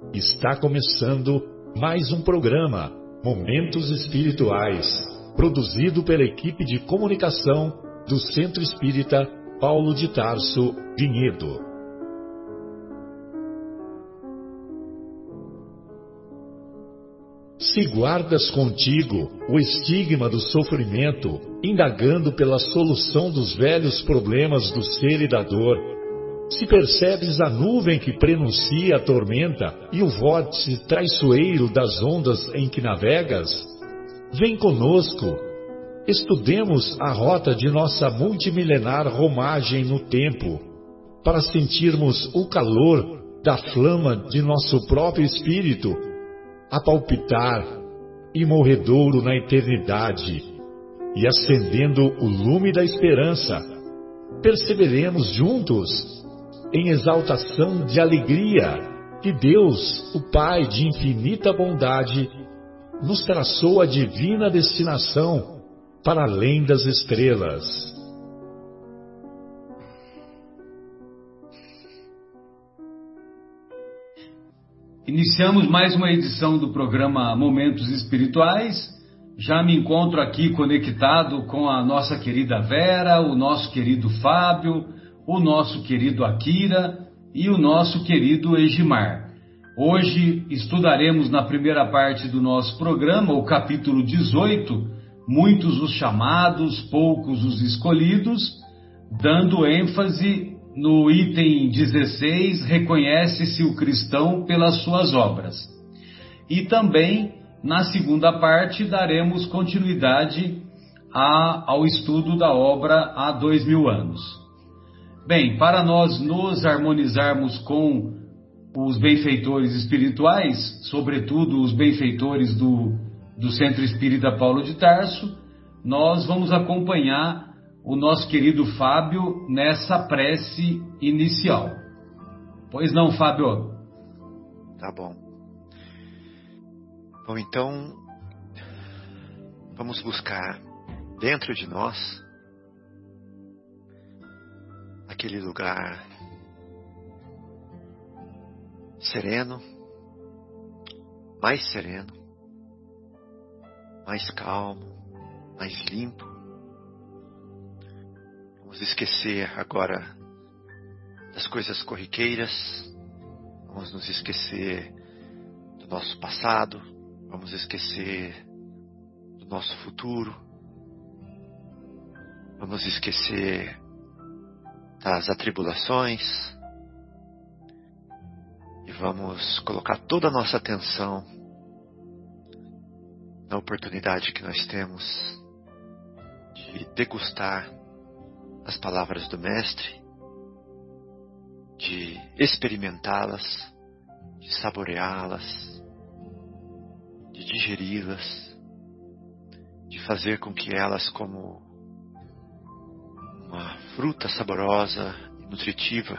Está começando mais um programa, Momentos Espirituais, produzido pela equipe de comunicação do Centro Espírita Paulo de Tarso, Vinhedo. Se guardas contigo o estigma do sofrimento, indagando pela solução dos velhos problemas do ser e da dor, se percebes a nuvem que prenuncia a tormenta e o vórtice traiçoeiro das ondas em que navegas, vem conosco, estudemos a rota de nossa multimilenar romagem no tempo, para sentirmos o calor da flama de nosso próprio espírito, a palpitar, imorredouro na eternidade, e acendendo o lume da esperança, perceberemos juntos, em exaltação de alegria, que Deus, o Pai de infinita bondade, nos traçou a divina destinação para além das estrelas. Iniciamos mais uma edição do programa Momentos Espirituais. Já me encontro aqui conectado com a nossa querida Vera, o nosso querido Fábio, o nosso querido Akira e o nosso querido Egimar. Hoje estudaremos na primeira parte do nosso programa o capítulo 18, Muitos os chamados, poucos os escolhidos, dando ênfase no item 16, reconhece-se o cristão pelas suas obras. E também, na segunda parte, daremos continuidade ao estudo da obra há 2000 anos. Bem, para nós nos harmonizarmos com os benfeitores espirituais, sobretudo os benfeitores do Centro Espírita Paulo de Tarso, nós vamos acompanhar o nosso querido Fábio nessa prece inicial. Pois não, Fábio? Tá bom. Bom, então, vamos buscar dentro de nós aquele lugar sereno, mais calmo, mais limpo. Vamos esquecer agora das coisas corriqueiras, vamos nos esquecer do nosso passado, vamos esquecer do nosso futuro, vamos esquecer das atribulações e vamos colocar toda a nossa atenção na oportunidade que nós temos de degustar as palavras do Mestre, de experimentá-las, de saboreá-las, de digeri-las, de fazer com que elas, como uma fruta saborosa e nutritiva,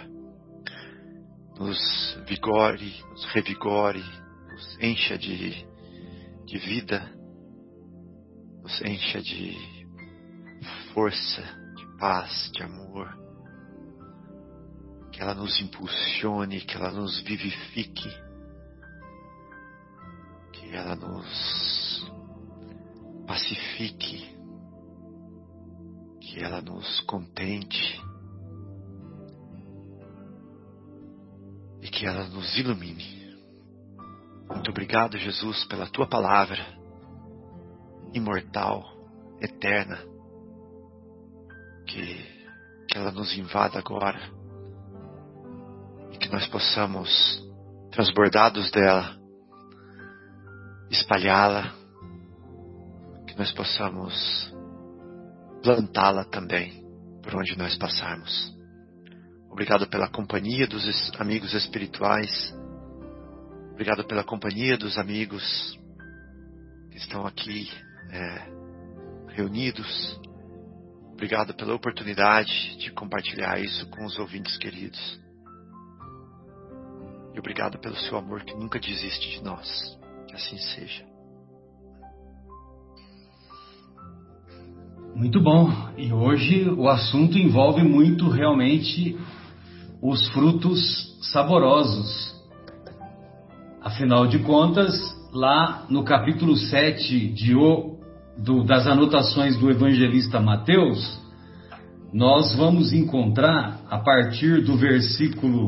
nos vigore, nos revigore, nos encha de vida, nos encha de força, de paz, de amor, que ela nos impulsione, que ela nos vivifique, que ela nos pacifique, que ela nos contente e que ela nos ilumine. Muito obrigado, Jesus, pela Tua palavra imortal, eterna, que ela nos invada agora e que nós possamos, transbordados dela, espalhá-la, que nós possamos plantá-la também por onde nós passarmos. Obrigado pela companhia dos amigos espirituais. Obrigado pela companhia dos amigos que estão aqui reunidos. Obrigado pela oportunidade de compartilhar isso com os ouvintes queridos. E obrigado pelo seu amor que nunca desiste de nós. Que assim seja. Muito bom. E hoje o assunto envolve muito realmente os frutos saborosos. Afinal de contas, lá no capítulo 7 das anotações do evangelista Mateus, nós vamos encontrar, a partir do versículo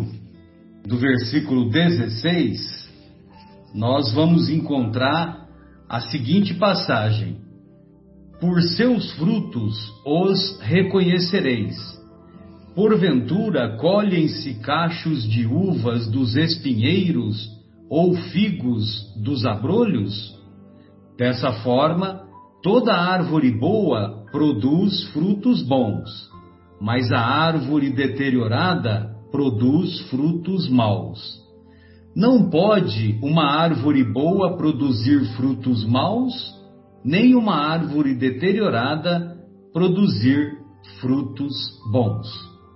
16, nós vamos encontrar a seguinte passagem: por seus frutos os reconhecereis. Porventura colhem-se cachos de uvas dos espinheiros ou figos dos abrolhos? Dessa forma, toda árvore boa produz frutos bons, mas a árvore deteriorada produz frutos maus. Não pode uma árvore boa produzir frutos maus, nem uma árvore deteriorada produzir frutos bons.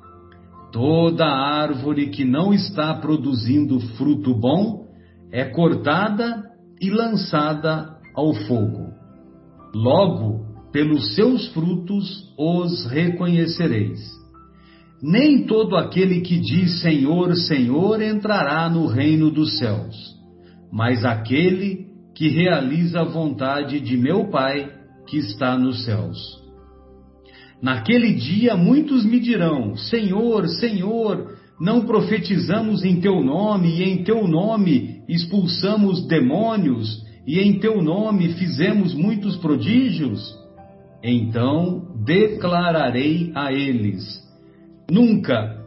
Toda árvore que não está produzindo fruto bom é cortada e lançada ao fogo. Logo, pelos seus frutos os reconhecereis. Nem todo aquele que diz Senhor, Senhor entrará no reino dos céus, mas aquele que realiza a vontade de meu Pai que está nos céus. Naquele dia muitos me dirão: Senhor, Senhor, não profetizamos em teu nome, e em teu nome expulsamos demônios, e em teu nome fizemos muitos prodígios? Então declararei a eles: Nunca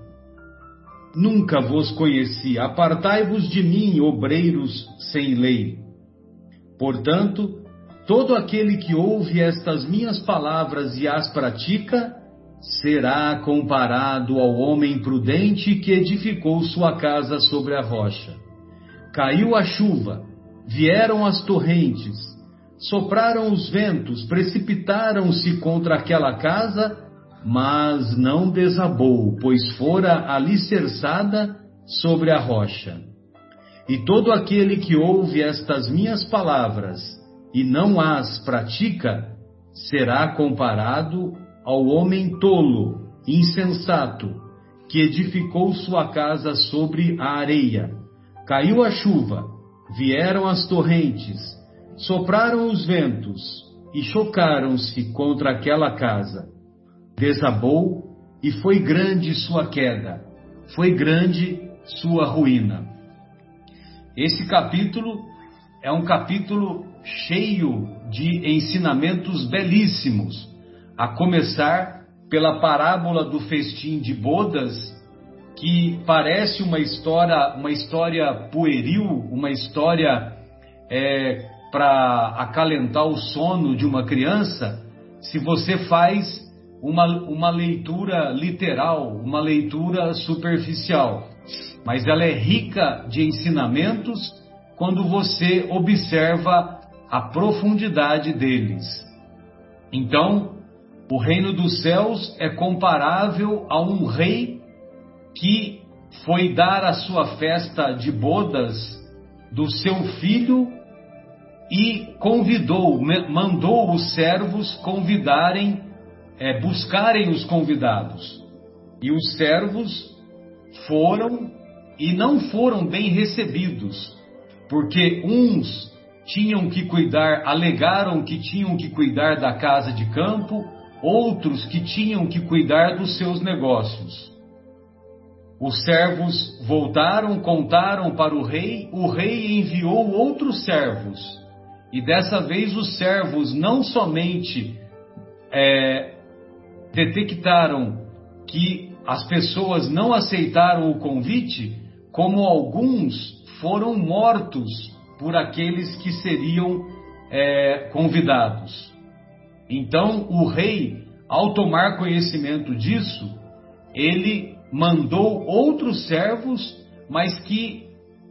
vos conheci, apartai-vos de mim, obreiros sem lei. Portanto, todo aquele que ouve estas minhas palavras e as pratica, será comparado ao homem prudente que edificou sua casa sobre a rocha. Caiu a chuva, vieram as torrentes, sopraram os ventos, precipitaram-se contra aquela casa, mas não desabou, pois fora alicerçada sobre a rocha. E todo aquele que ouve estas minhas palavras e não as pratica, será comparado ao homem tolo, insensato, que edificou sua casa sobre a areia. Caiu a chuva, vieram as torrentes, sopraram os ventos e chocaram-se contra aquela casa. Desabou e foi grande sua queda, foi grande sua ruína. Esse capítulo é um capítulo cheio de ensinamentos belíssimos, a começar pela parábola do festim de bodas, que parece uma história pueril, uma história para acalentar o sono de uma criança, se você faz uma leitura literal, uma leitura superficial. Mas ela é rica de ensinamentos quando você observa a profundidade deles. Então, o reino dos céus é comparável a um rei que foi dar a sua festa de bodas do seu filho e mandou os servos buscarem os convidados. E os servos foram e não foram bem recebidos, porque uns alegaram que tinham que cuidar da casa de campo, outros que tinham que cuidar dos seus negócios. Os servos voltaram, contaram para o rei enviou outros servos, e dessa vez os servos não somente detectaram que as pessoas não aceitaram o convite, como alguns foram mortos por aqueles que seriam convidados. Então o rei, ao tomar conhecimento disso, ele mandou outros servos, mas que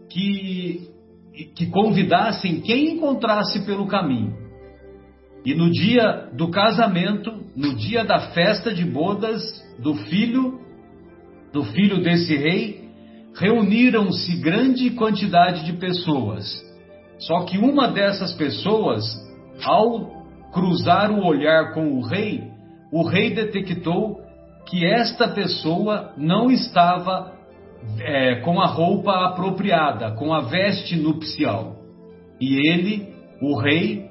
convidassem quem encontrasse pelo caminho. E no dia do casamento, no dia da festa de bodas do filho desse rei, reuniram-se grande quantidade de pessoas. Só que uma dessas pessoas, ao cruzar o olhar com o rei detectou que esta pessoa não estava com a roupa apropriada, com a veste nupcial. E ele, o rei,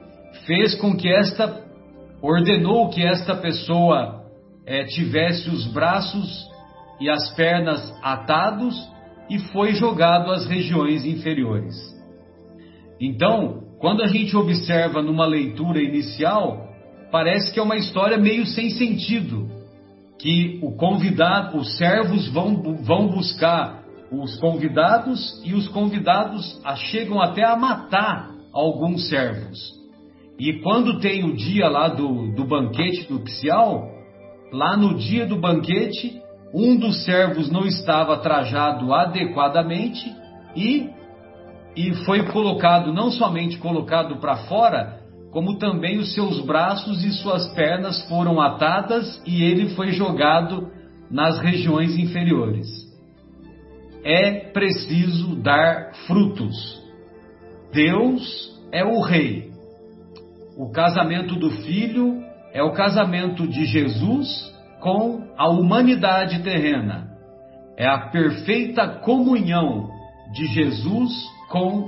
ordenou que esta pessoa tivesse os braços e as pernas atados e foi jogado às regiões inferiores. Então, quando a gente observa numa leitura inicial, parece que é uma história meio sem sentido, que os servos vão buscar os convidados e os convidados chegam até a matar alguns servos. E quando tem o dia lá do banquete nupcial, lá no dia do banquete, um dos servos não estava trajado adequadamente e foi colocado, não somente colocado para fora, como também os seus braços e suas pernas foram atadas e ele foi jogado nas regiões inferiores. É preciso dar frutos. Deus é o rei. O casamento do Filho é o casamento de Jesus com a humanidade terrena. É a perfeita comunhão de Jesus com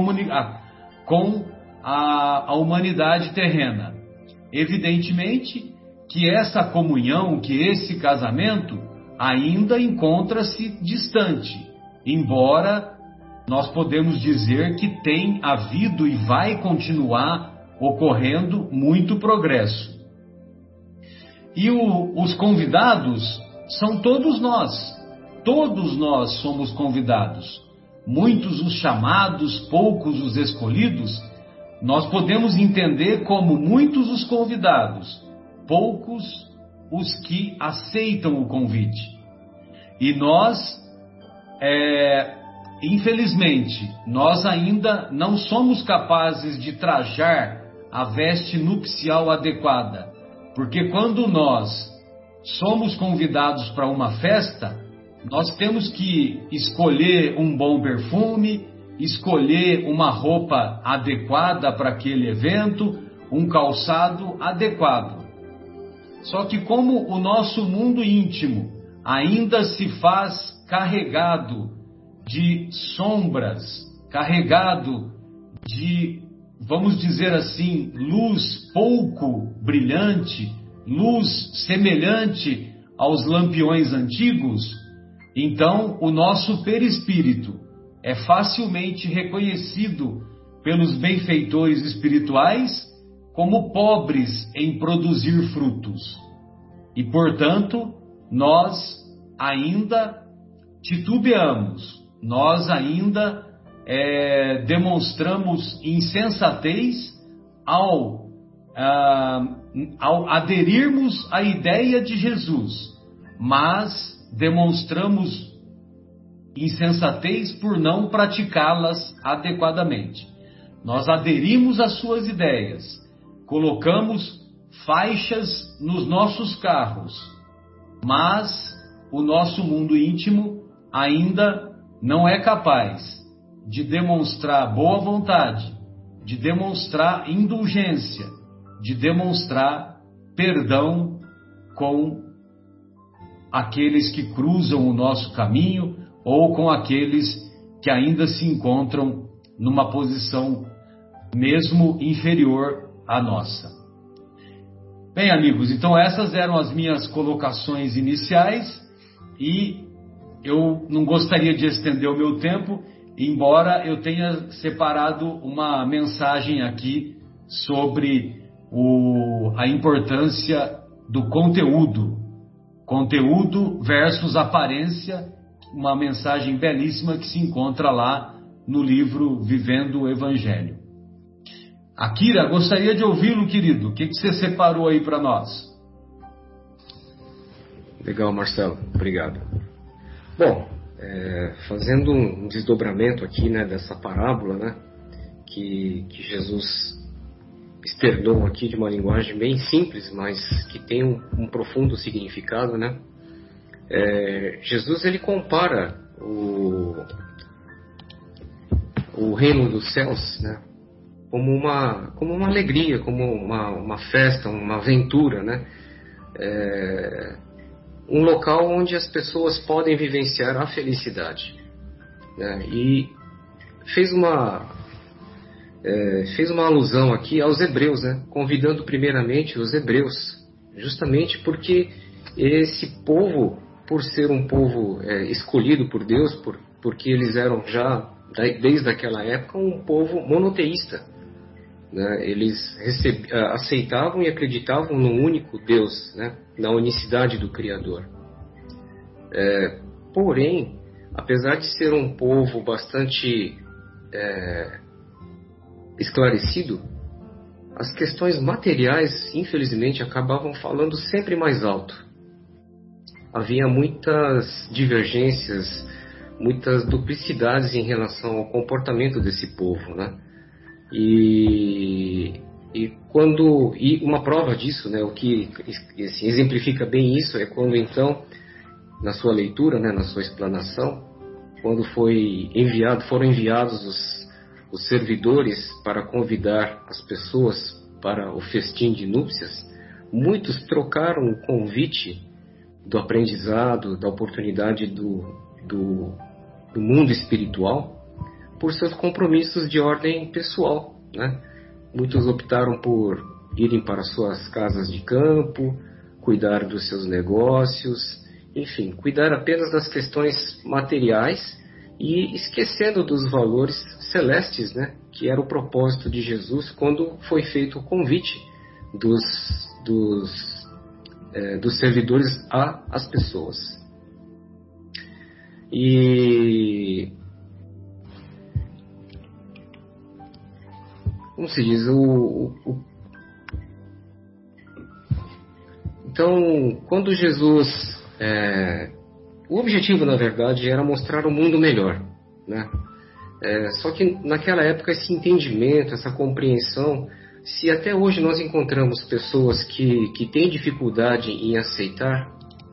a humanidade terrena. Evidentemente que essa comunhão, que esse casamento ainda encontra-se distante, embora nós podemos dizer que tem havido e vai continuar ocorrendo muito progresso. E os convidados são todos nós somos convidados. Muitos os chamados, poucos os escolhidos. Nós podemos entender como muitos os convidados, poucos os que aceitam o convite. E nós, infelizmente, nós ainda não somos capazes de trajar a veste nupcial adequada, porque quando nós somos convidados para uma festa, nós temos que escolher um bom perfume, escolher uma roupa adequada para aquele evento, um calçado adequado. Só que como o nosso mundo íntimo ainda se faz carregado de sombras, carregado de, vamos dizer assim, luz pouco brilhante, luz semelhante aos lampiões antigos, então o nosso perispírito é facilmente reconhecido pelos benfeitores espirituais como pobres em produzir frutos. E, portanto, nós ainda titubeamos, nós ainda demonstramos insensatez ao aderirmos à ideia de Jesus, mas demonstramos insensatez por não praticá-las adequadamente. Nós aderimos às suas ideias, colocamos faixas nos nossos carros, mas o nosso mundo íntimo ainda não é capaz de demonstrar boa vontade, de demonstrar indulgência, de demonstrar perdão com aqueles que cruzam o nosso caminho ou com aqueles que ainda se encontram numa posição mesmo inferior à nossa. Bem, amigos, então essas eram as minhas colocações iniciais e eu não gostaria de estender o meu tempo, embora eu tenha separado uma mensagem aqui sobre a importância do conteúdo versus aparência, uma mensagem belíssima que se encontra lá no livro Vivendo o Evangelho. Akira, gostaria de ouvi-lo, querido. O que você separou aí para nós? Legal, Marcelo. Obrigado. Bom, fazendo um desdobramento aqui, né, dessa parábola, né, que Jesus externou aqui de uma linguagem bem simples, mas que tem um profundo significado, né? Jesus, ele compara o reino dos céus, né, como uma alegria, como uma festa, uma aventura, né? um local onde as pessoas podem vivenciar a felicidade, né? E fez uma alusão aqui aos hebreus, né? Convidando primeiramente os hebreus, justamente porque esse povo, por ser um povo escolhido por Deus, porque eles eram já, desde aquela época, um povo monoteísta, né? Eles aceitavam e acreditavam no único Deus, né? Na unicidade do Criador. Porém, apesar de ser um povo bastante esclarecido, as questões materiais, infelizmente, acabavam falando sempre mais alto. Havia muitas divergências, muitas duplicidades em relação ao comportamento desse povo, né? E uma prova disso, né, o que assim, exemplifica bem isso é quando então, na sua leitura, né, na sua explanação, quando foram enviados os servidores para convidar as pessoas para o festim de núpcias, muitos trocaram o convite do aprendizado, da oportunidade do mundo espiritual por seus compromissos de ordem pessoal, né? Muitos optaram por irem para suas casas de campo, cuidar dos seus negócios, enfim, cuidar apenas das questões materiais e esquecendo dos valores celestes, né? Que era o propósito de Jesus quando foi feito o convite dos servidores às pessoas. E como se diz, então, quando Jesus, o objetivo, na verdade, era mostrar um mundo melhor, né? Só que naquela época esse entendimento, essa compreensão, se até hoje nós encontramos pessoas que têm dificuldade em aceitar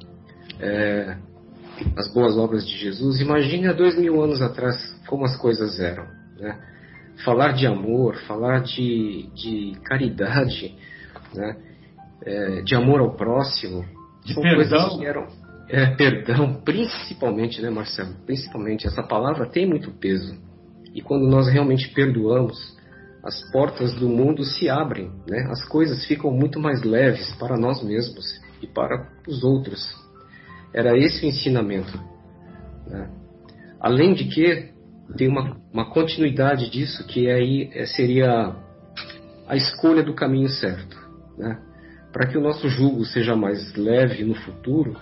as boas obras de Jesus, imagine há 2000 anos atrás como as coisas eram, né? Falar de amor, falar de caridade, né? De amor ao próximo, de são perdão. Coisas que eram, perdão, principalmente, né, Marcelo? Principalmente, essa palavra tem muito peso. E quando nós realmente perdoamos, as portas do mundo se abrem, né? As coisas ficam muito mais leves para nós mesmos e para os outros. Era esse o ensinamento, né? Além de que tem uma continuidade disso, que aí seria a escolha do caminho certo, né? Para que o nosso jugo seja mais leve no futuro,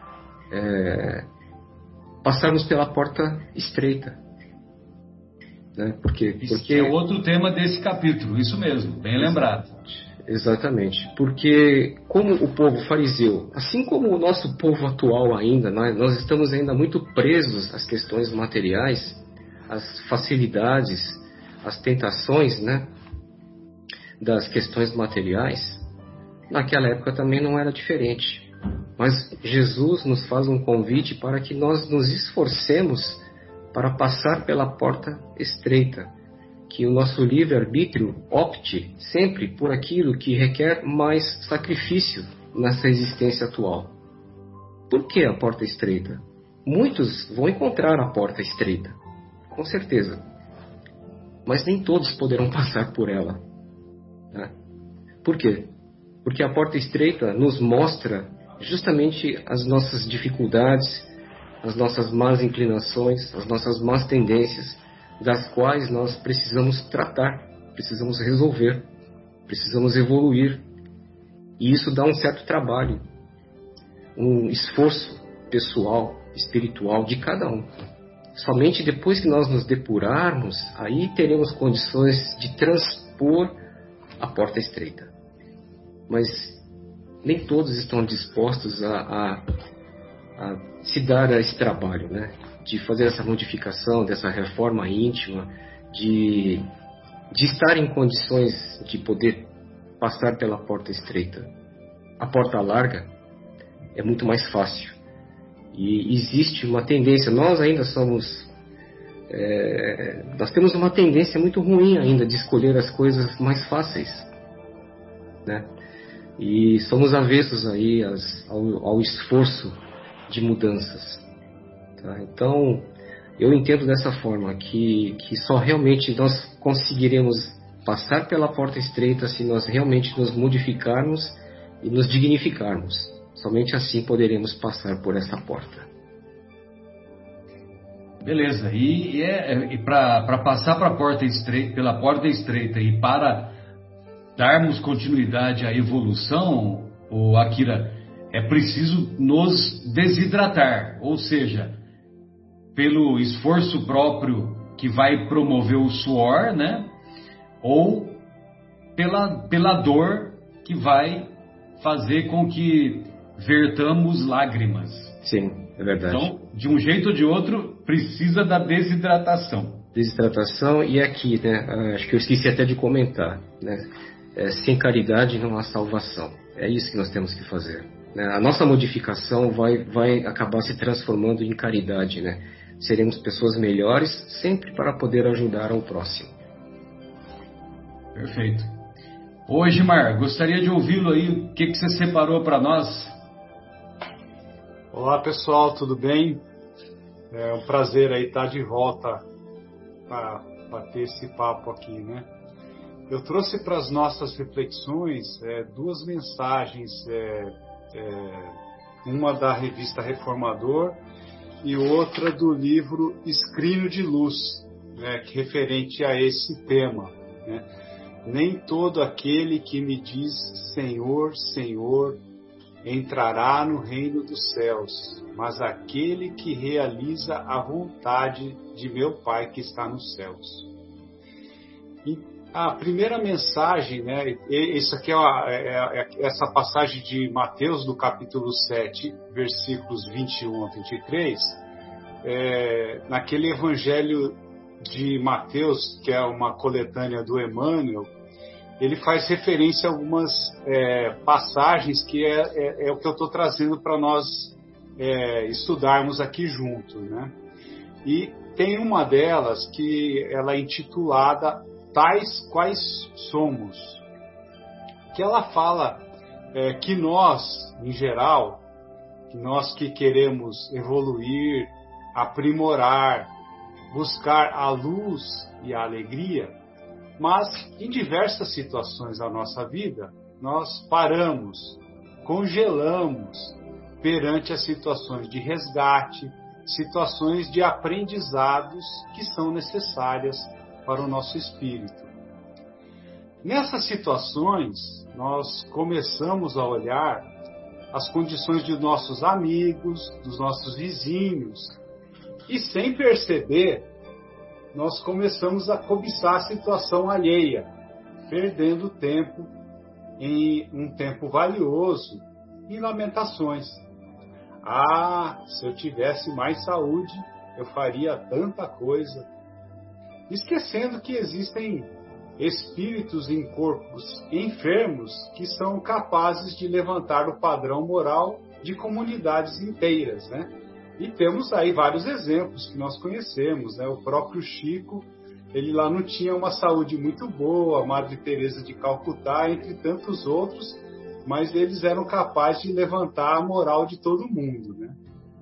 passarmos pela porta estreita, né? Porque é outro tema desse capítulo, isso mesmo, bem lembrado. Exatamente, porque como o povo fariseu, assim como o nosso povo atual ainda, nós estamos ainda muito presos às questões materiais, às facilidades, às tentações, né, das questões materiais. Naquela época também não era diferente. Mas Jesus nos faz um convite para que nós nos esforcemos para passar pela porta estreita, que o nosso livre-arbítrio opte sempre por aquilo que requer mais sacrifício nessa existência atual. Por que a porta estreita? Muitos vão encontrar a porta estreita, com certeza, mas nem todos poderão passar por ela, né? Por quê? Porque a porta estreita nos mostra justamente as nossas dificuldades, as nossas más inclinações, as nossas más tendências, das quais nós precisamos tratar, precisamos resolver, precisamos evoluir. E isso dá um certo trabalho, um esforço pessoal, espiritual de cada um. Somente depois que nós nos depurarmos, aí teremos condições de transpor a porta estreita. Mas nem todos estão dispostos a se dar a esse trabalho, né? De fazer essa modificação, dessa reforma íntima, de estar em condições de poder passar pela porta estreita. A porta larga é muito mais fácil. E existe uma tendência, nós ainda somos... nós temos uma tendência muito ruim ainda de escolher as coisas mais fáceis, né? E somos avessos aí ao esforço de mudanças. Tá? Então, eu entendo dessa forma, que só realmente nós conseguiremos passar pela porta estreita se nós realmente nos modificarmos e nos dignificarmos. Somente assim poderemos passar por essa porta. Beleza, e para passar pela porta estreita e para darmos continuidade à evolução, Akira, é preciso nos desidratar, ou seja, pelo esforço próprio que vai promover o suor, né? Ou pela dor que vai fazer com que vertamos lágrimas. Sim, é verdade. Então, de um jeito ou de outro, precisa da desidratação. Desidratação, e aqui, né? Acho que eu esqueci até de comentar, né? Sem caridade não há salvação. É isso que nós temos que fazer. Né? A nossa modificação vai acabar se transformando em caridade, né? Seremos pessoas melhores sempre para poder ajudar ao próximo. Perfeito. Ô Edmar, gostaria de ouvi-lo aí. O que você separou para nós? Olá pessoal, tudo bem? É um prazer aí estar de volta para ter esse papo aqui, né? Eu trouxe para as nossas reflexões duas mensagens, uma da revista Reformador e outra do livro Escrínio de Luz, né, referente a esse tema, né? Nem todo aquele que me diz Senhor, Senhor, entrará no reino dos céus, mas aquele que realiza a vontade de meu Pai que está nos céus. E a primeira mensagem, né, isso aqui essa passagem de Mateus, do capítulo 7, versículos 21 a 23, naquele evangelho de Mateus, que é uma coletânea do Emmanuel, ele faz referência a algumas passagens que é o que eu estou trazendo para nós estudarmos aqui juntos, né? E tem uma delas que ela é intitulada Tais Quais Somos, que ela fala que nós, em geral, nós que queremos evoluir, aprimorar, buscar a luz e a alegria, mas em diversas situações da nossa vida, nós paramos, congelamos perante as situações de resgate, situações de aprendizados que são necessárias para o nosso espírito. Nessas situações, nós começamos a olhar as condições de nossos amigos, dos nossos vizinhos, e sem perceber, nós começamos a cobiçar a situação alheia, perdendo tempo em um tempo valioso em lamentações. Ah, se eu tivesse mais saúde, eu faria tanta coisa. Esquecendo que existem espíritos em corpos enfermos que são capazes de levantar o padrão moral de comunidades inteiras, né? E temos aí vários exemplos que nós conhecemos, né? O próprio Chico, ele lá não tinha uma saúde muito boa, a Madre Teresa de Calcutá, entre tantos outros, mas eles eram capazes de levantar a moral de todo mundo, né?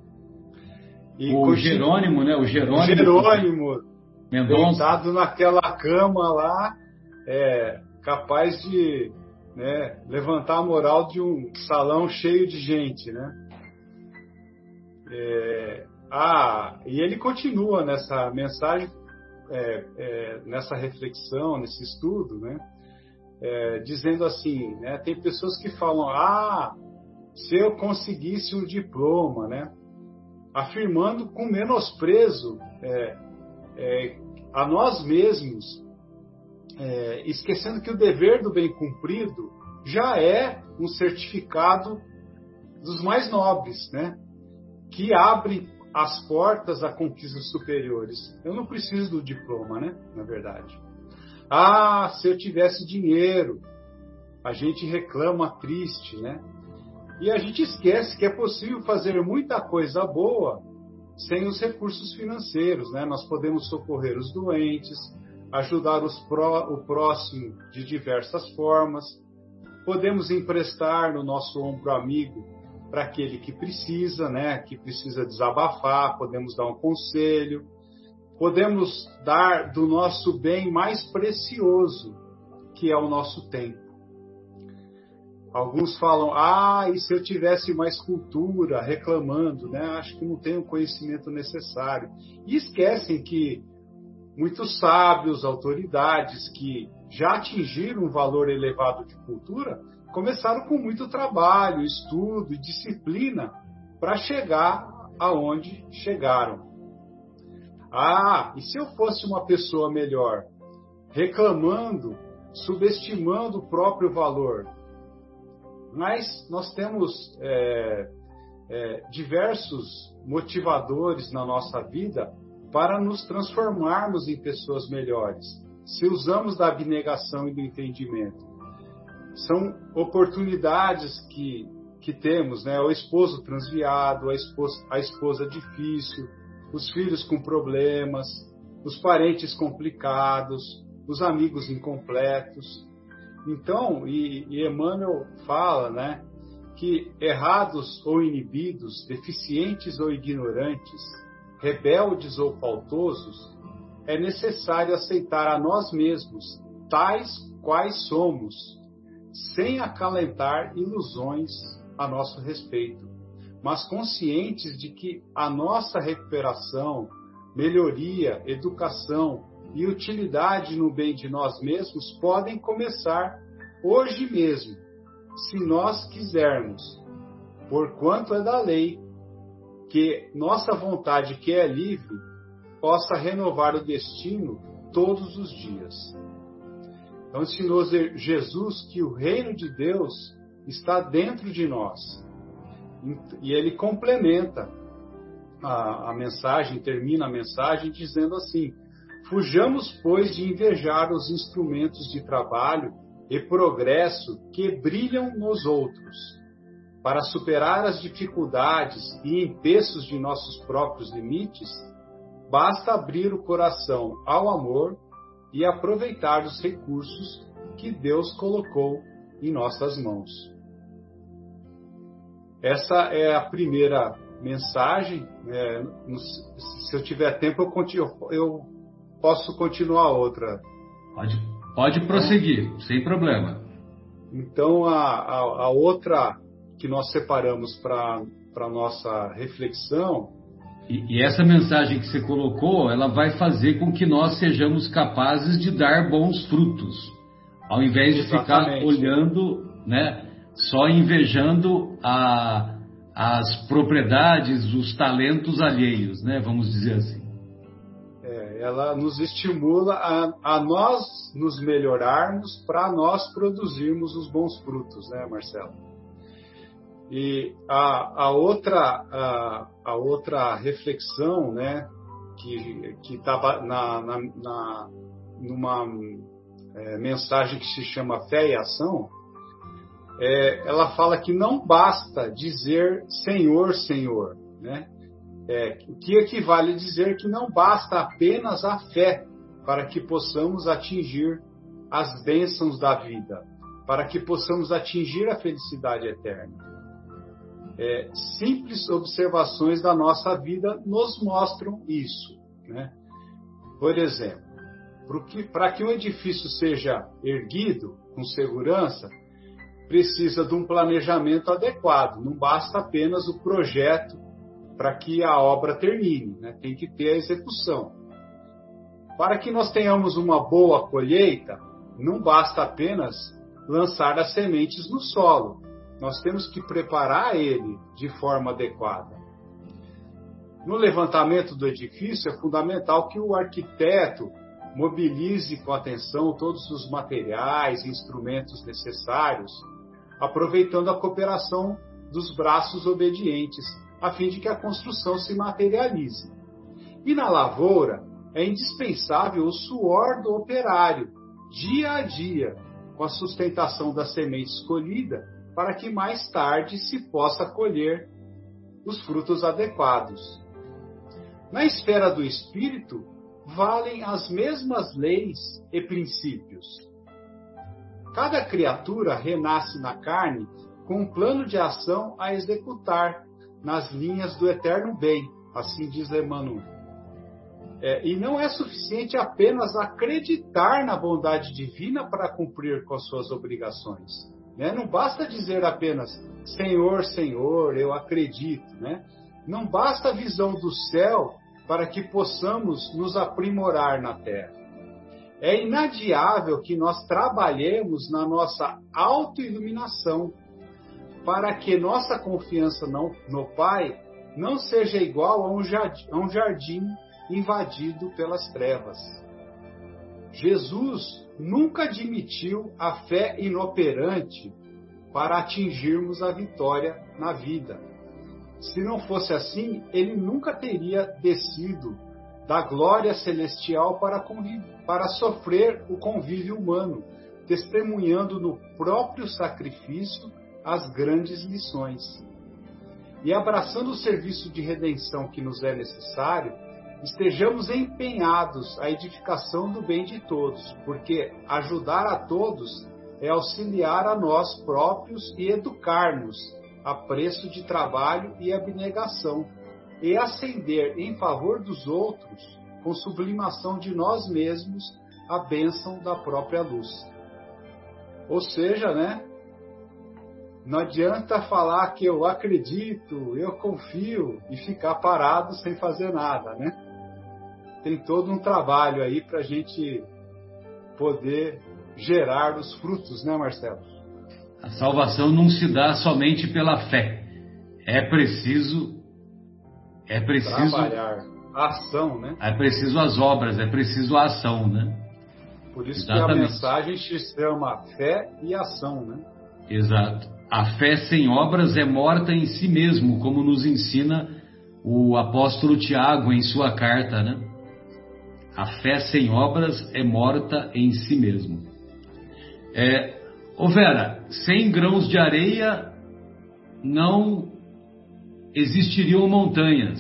E Jerônimo, né? O Jerônimo Mendonça, deitado naquela cama lá, capaz de, né, levantar a moral de um salão cheio de gente, né? E ele continua nessa mensagem, nessa reflexão, nesse estudo, né? Dizendo assim, né? Tem pessoas que falam, se eu conseguisse um diploma, né? Afirmando com menosprezo a nós mesmos, esquecendo que o dever do bem cumprido já é um certificado dos mais nobres, né? Que abre as portas a conquistas superiores. Eu não preciso do diploma, né? Na verdade. Se eu tivesse dinheiro, a gente reclama triste, né? E a gente esquece que é possível fazer muita coisa boa sem os recursos financeiros, né? Nós podemos socorrer os doentes, ajudar o próximo de diversas formas. podemos emprestar no nosso ombro amigo para aquele que precisa, né, que precisa desabafar, podemos dar um conselho, podemos dar do nosso bem mais precioso, que é o nosso tempo. Alguns falam, e se eu tivesse mais cultura, reclamando, né? Acho que não tenho o conhecimento necessário. E esquecem que muitos sábios, autoridades que já atingiram um valor elevado de cultura, começaram com muito trabalho, estudo e disciplina para chegar aonde chegaram. E se eu fosse uma pessoa melhor, reclamando, subestimando o próprio valor? Mas nós temos diversos motivadores na nossa vida para nos transformarmos em pessoas melhores, se usamos da abnegação e do entendimento. São oportunidades que temos, né? O esposo transviado, a esposa difícil, os filhos com problemas, os parentes complicados, os amigos incompletos. Então, e Emmanuel fala, né, que errados ou inibidos, deficientes ou ignorantes, rebeldes ou faltosos, é necessário aceitar a nós mesmos, tais quais somos, sem acalentar ilusões a nosso respeito, mas conscientes de que a nossa recuperação, melhoria, educação e utilidade no bem de nós mesmos podem começar hoje mesmo, se nós quisermos, porquanto é da lei que nossa vontade, que é livre, possa renovar o destino todos os dias. Então, ensinou Jesus que o reino de Deus está dentro de nós. E ele complementa a mensagem, termina a mensagem dizendo assim: fujamos, pois, de invejar os instrumentos de trabalho e progresso que brilham nos outros. Para superar as dificuldades e empeços de nossos próprios limites, basta abrir o coração ao amor e aproveitar os recursos que Deus colocou em nossas mãos. Essa é a primeira mensagem. Se eu tiver tempo, eu posso continuar outra. Pode prosseguir, sem problema. Então, a outra que nós separamos para a nossa reflexão... E essa mensagem que você colocou, ela vai fazer com que nós sejamos capazes de dar bons frutos, ao invés de ficar olhando, né, só invejando as propriedades, os talentos alheios, né, vamos dizer assim. Ela nos estimula a nós nos melhorarmos para nós produzirmos os bons frutos, né, Marcelo? E a outra reflexão, né, que estava numa mensagem que se chama Fé e Ação, ela fala que não basta dizer Senhor, Senhor, né? O que equivale a dizer que não basta apenas a fé para que possamos atingir as bênçãos da vida, para que possamos atingir a felicidade eterna. Simples observações da nossa vida nos mostram isso, né? Por exemplo, para que um edifício seja erguido com segurança, precisa de um planejamento adequado. Não basta apenas o projeto para que a obra termine, né? Tem que ter a execução. Para que nós tenhamos uma boa colheita, não basta apenas lançar as sementes no solo. Nós temos que preparar ele de forma adequada. No levantamento do edifício, é fundamental que o arquiteto mobilize com atenção todos os materiais e instrumentos necessários, aproveitando a cooperação dos braços obedientes, a fim de que a construção se materialize. E na lavoura, é indispensável o suor do operário, dia a dia, com a sustentação da semente escolhida, para que mais tarde se possa colher os frutos adequados. Na esfera do espírito, valem as mesmas leis e princípios. Cada criatura renasce na carne com um plano de ação a executar nas linhas do eterno bem, assim diz Emmanuel. E não é suficiente apenas acreditar na bondade divina para cumprir com as suas obrigações. Né? Não basta dizer apenas, Senhor, Senhor, eu acredito. Né? Não basta a visão do céu para que possamos nos aprimorar na terra. É inadiável que nós trabalhemos na nossa autoiluminação para que nossa confiança no Pai não seja igual a um jardim invadido pelas trevas. Jesus nunca admitiu a fé inoperante para atingirmos a vitória na vida. Se não fosse assim, ele nunca teria descido da glória celestial para sofrer o convívio humano, testemunhando no próprio sacrifício as grandes lições. E abraçando o serviço de redenção que nos é necessário, estejamos empenhados à edificação do bem de todos, porque ajudar a todos é auxiliar a nós próprios e educar-nos a preço de trabalho e abnegação, e acender em favor dos outros, com sublimação de nós mesmos, a bênção da própria luz. Ou seja, né? Não adianta falar que eu acredito, eu confio e ficar parado sem fazer nada, né? Tem todo um trabalho aí para a gente poder gerar os frutos, né, Marcelo? A salvação não se dá somente pela fé. É preciso trabalhar, a ação, né? É preciso as obras, é preciso a ação, né? Por isso Exatamente. Que a mensagem se chama fé e ação, né? Exato. A fé sem obras é morta em si mesmo, como nos ensina o apóstolo Tiago em sua carta, né? A fé sem obras é morta em si mesmo. Vera, sem grãos de areia não existiriam montanhas.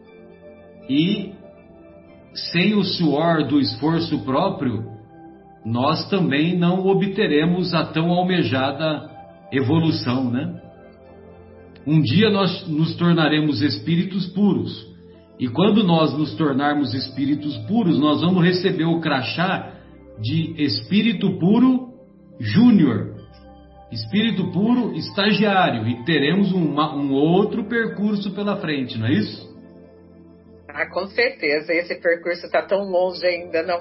E sem o suor do esforço próprio, nós também não obteremos a tão almejada evolução, né? Um dia nós nos tornaremos espíritos puros. E quando nós nos tornarmos espíritos puros, nós vamos receber o crachá de espírito puro júnior, espírito puro estagiário, e teremos um outro percurso pela frente, não é isso? Com certeza, esse percurso está tão longe ainda, não?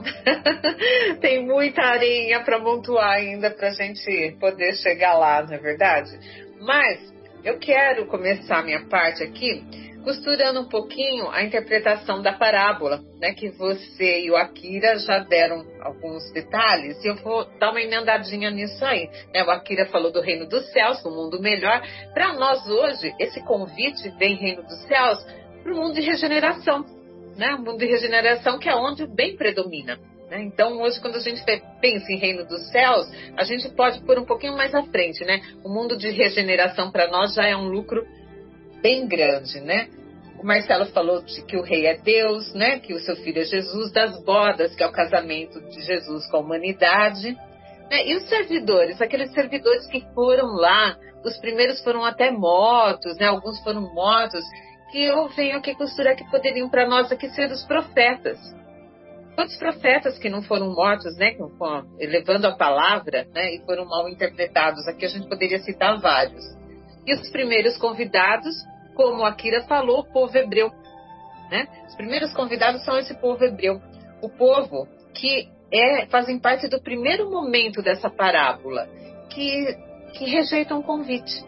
Tem muita areia para amontoar ainda para a gente poder chegar lá, não é verdade? Mas eu quero começar a minha parte aqui costurando um pouquinho a interpretação da parábola, né, que você e o Akira já deram alguns detalhes, e eu vou dar uma emendadinha nisso aí. Né? O Akira falou do reino dos céus, do mundo melhor. Para nós hoje, esse convite vem reino dos céus para o mundo de regeneração, né? O mundo de regeneração que é onde o bem predomina. Né? Então, hoje, quando a gente pensa em reino dos céus, a gente pode pôr um pouquinho mais à frente, né? O mundo de regeneração para nós já é um lucro bem grande, né? O Marcelo falou de que o rei é Deus, né? Que o seu filho é Jesus, das bodas, que é o casamento de Jesus com a humanidade. Né? E os servidores, aqueles servidores que foram lá, os primeiros foram até mortos, né? Alguns foram mortos, que eu venho aqui costurar que poderiam para nós aqui ser os profetas. Quantos profetas que não foram mortos, né? Elevando a palavra, né? E foram mal interpretados. Aqui a gente poderia citar vários. E os primeiros convidados, como a Akira falou, o povo hebreu. Né? Os primeiros convidados são esse povo hebreu. O povo que fazem parte do primeiro momento dessa parábola, que rejeitam o convite.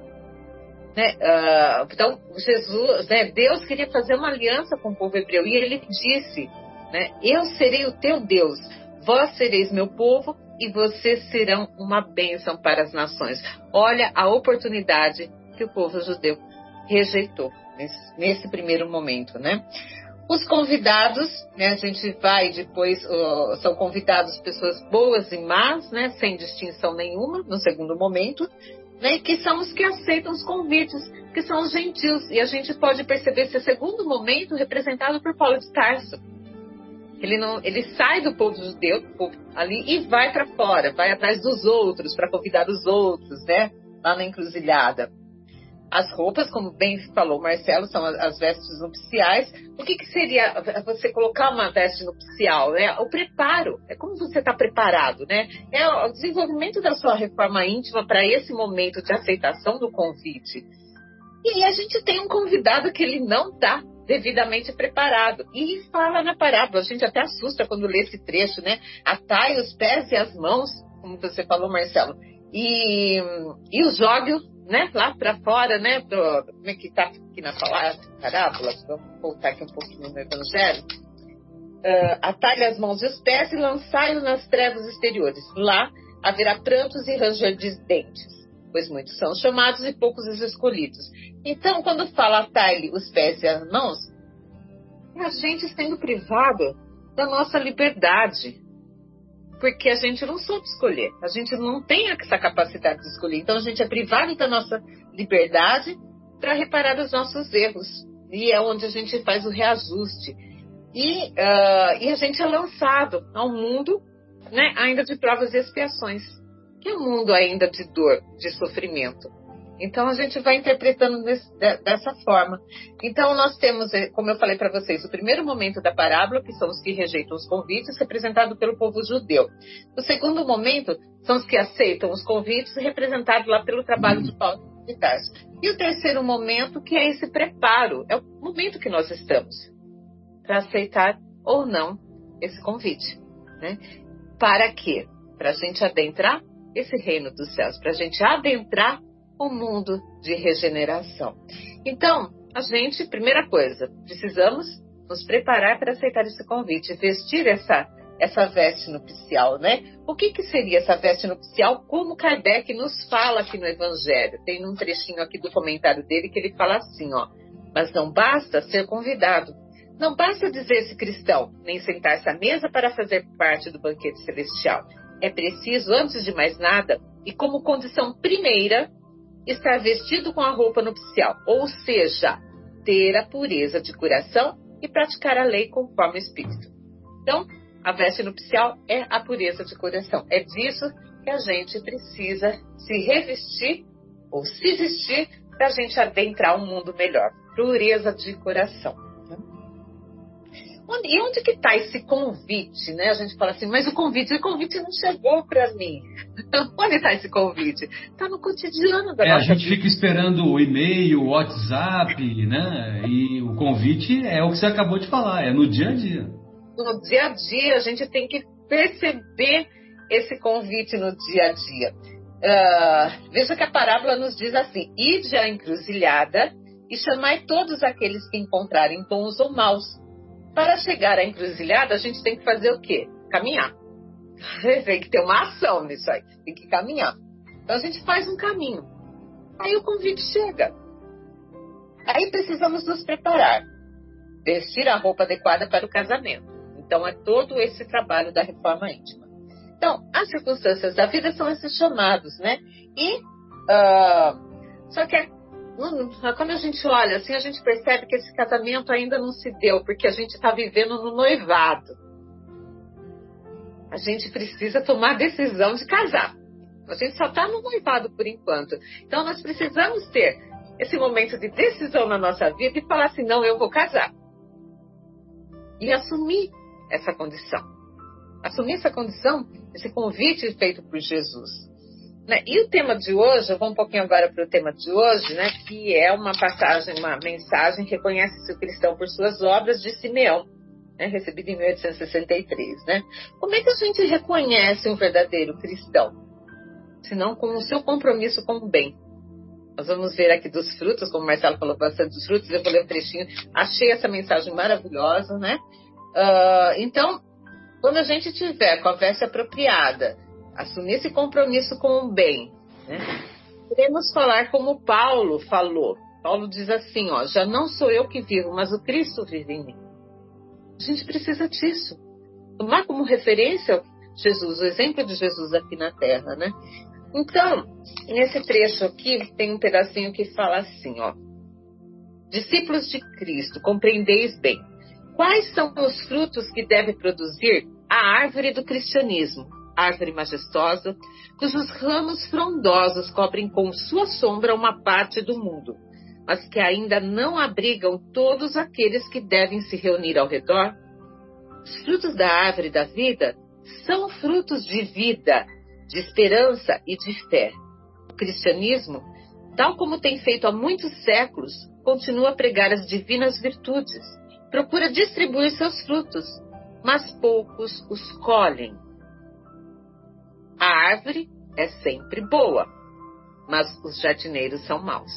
Né? Então, Jesus, né? Deus queria fazer uma aliança com o povo hebreu, e ele disse, né? Eu serei o teu Deus, vós sereis meu povo, e vocês serão uma bênção para as nações. Olha a oportunidade que o povo judeu rejeitou nesse primeiro momento, né? Os convidados, né, a gente vai depois, são convidados pessoas boas e más, né, sem distinção nenhuma, no segundo momento, né, que são os que aceitam os convites, que são os gentios, e a gente pode perceber esse segundo momento representado por Paulo de Tarso. Ele sai do povo judeu ali e vai para fora, vai atrás dos outros, para convidar os outros, né? Lá na encruzilhada. As roupas, como bem falou Marcelo, são as vestes nupciais. O que seria você colocar uma veste nupcial? Né? O preparo, é como você está preparado, né? É o desenvolvimento da sua reforma íntima para esse momento de aceitação do convite. E a gente tem um convidado que ele não está devidamente preparado. E fala na parábola, a gente até assusta quando lê esse trecho, né? Atai os pés e as mãos, como você falou, Marcelo, e o jogue, né, lá para fora, né? Como é que está aqui na parábola? Vamos voltar aqui um pouquinho no Evangelho. Atai as mãos e os pés e lançai-o nas trevas exteriores. Lá haverá prantos e ranger de dentes, pois muitos são chamados e poucos os escolhidos. Então, quando fala atai os pés e as mãos, é a gente sendo privado da nossa liberdade. Porque a gente não soube escolher. A gente não tem essa capacidade de escolher. Então, a gente é privado da nossa liberdade para reparar os nossos erros. E é onde a gente faz o reajuste. E a gente é lançado ao mundo, né, ainda de provas e expiações. Que é um mundo ainda de dor, de sofrimento. Então, a gente vai interpretando dessa forma. Então, nós temos, como eu falei para vocês, o primeiro momento da parábola, que são os que rejeitam os convites, representado pelo povo judeu. O segundo momento são os que aceitam os convites, representado lá pelo trabalho de Paulo de Tarso. E o terceiro momento, que é esse preparo, é o momento que nós estamos para aceitar ou não esse convite. Né? Para quê? Para a gente adentrar esse reino dos céus, para a gente adentrar o mundo de regeneração. Então, a gente, primeira coisa, precisamos nos preparar para aceitar esse convite, vestir essa veste nupcial, né? O que seria essa veste nupcial? Como Kardec nos fala aqui no Evangelho. Tem um trechinho aqui do comentário dele que ele fala assim, ó: mas não basta ser convidado. Não basta dizer-se cristão, nem sentar-se à mesa para fazer parte do banquete celestial. É preciso, antes de mais nada, e como condição primeira, estar vestido com a roupa nupcial, ou seja, ter a pureza de coração e praticar a lei conforme o Espírito. Então, a veste nupcial é a pureza de coração. É disso que a gente precisa se revestir ou se vestir para a gente adentrar um mundo melhor. Pureza de coração. E onde que está esse convite, né? A gente fala assim, mas o convite não chegou para mim. Onde está esse convite? Está no cotidiano da nossa vida. A gente fica esperando o e-mail, o WhatsApp, né? E o convite é o que você acabou de falar, é no dia a dia. No dia a dia, a gente tem que perceber esse convite no dia a dia. Veja que a parábola nos diz assim: ide à encruzilhada e chamai todos aqueles que encontrarem bons ou maus. Para chegar à encruzilhada, a gente tem que fazer o quê? Caminhar. Tem que ter uma ação nisso aí. Tem que caminhar. Então, a gente faz um caminho. Aí o convite chega. Aí precisamos nos preparar. Vestir a roupa adequada para o casamento. Então, é todo esse trabalho da reforma íntima. Então, as circunstâncias da vida são esses chamados, né? E, só que quando a gente olha assim, a gente percebe que esse casamento ainda não se deu, porque a gente está vivendo no noivado. A gente precisa tomar a decisão de casar. A gente só está no noivado por enquanto. Então, nós precisamos ter esse momento de decisão na nossa vida e falar assim, não, eu vou casar. E assumir essa condição. Assumir essa condição, esse convite feito por Jesus. E o tema de hoje, eu vou um pouquinho agora para o tema de hoje, né, que é uma passagem, uma mensagem, reconhece-se o cristão por suas obras, de Simeão, né, recebida em 1863. Né? Como é que a gente reconhece um verdadeiro cristão? Senão com o seu compromisso com o bem. Nós vamos ver aqui dos frutos, como o Marcelo falou bastante dos frutos, eu vou ler um trechinho, achei essa mensagem maravilhosa, né? Então, quando a gente tiver com a veste apropriada, assumir esse compromisso com o bem, né? Queremos falar como Paulo falou. Paulo diz assim, ó: já não sou eu que vivo, mas o Cristo vive em mim. A gente precisa disso. Tomar como referência Jesus, o exemplo de Jesus aqui na Terra, né? Então, nesse trecho aqui, tem um pedacinho que fala assim, ó: discípulos de Cristo, compreendeis bem. Quais são os frutos que deve produzir a árvore do cristianismo? Árvore majestosa, cujos ramos frondosos cobrem com sua sombra uma parte do mundo, mas que ainda não abrigam todos aqueles que devem se reunir ao redor. Os frutos da árvore da vida são frutos de vida, de esperança e de fé. O cristianismo, tal como tem feito há muitos séculos, continua a pregar as divinas virtudes, procura distribuir seus frutos, mas poucos os colhem. A árvore é sempre boa, mas os jardineiros são maus.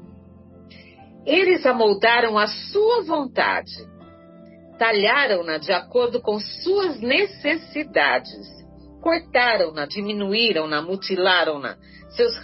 Eles amoldaram a sua vontade, talharam-na de acordo com suas necessidades, cortaram-na, diminuíram-na, mutilaram-na. Seus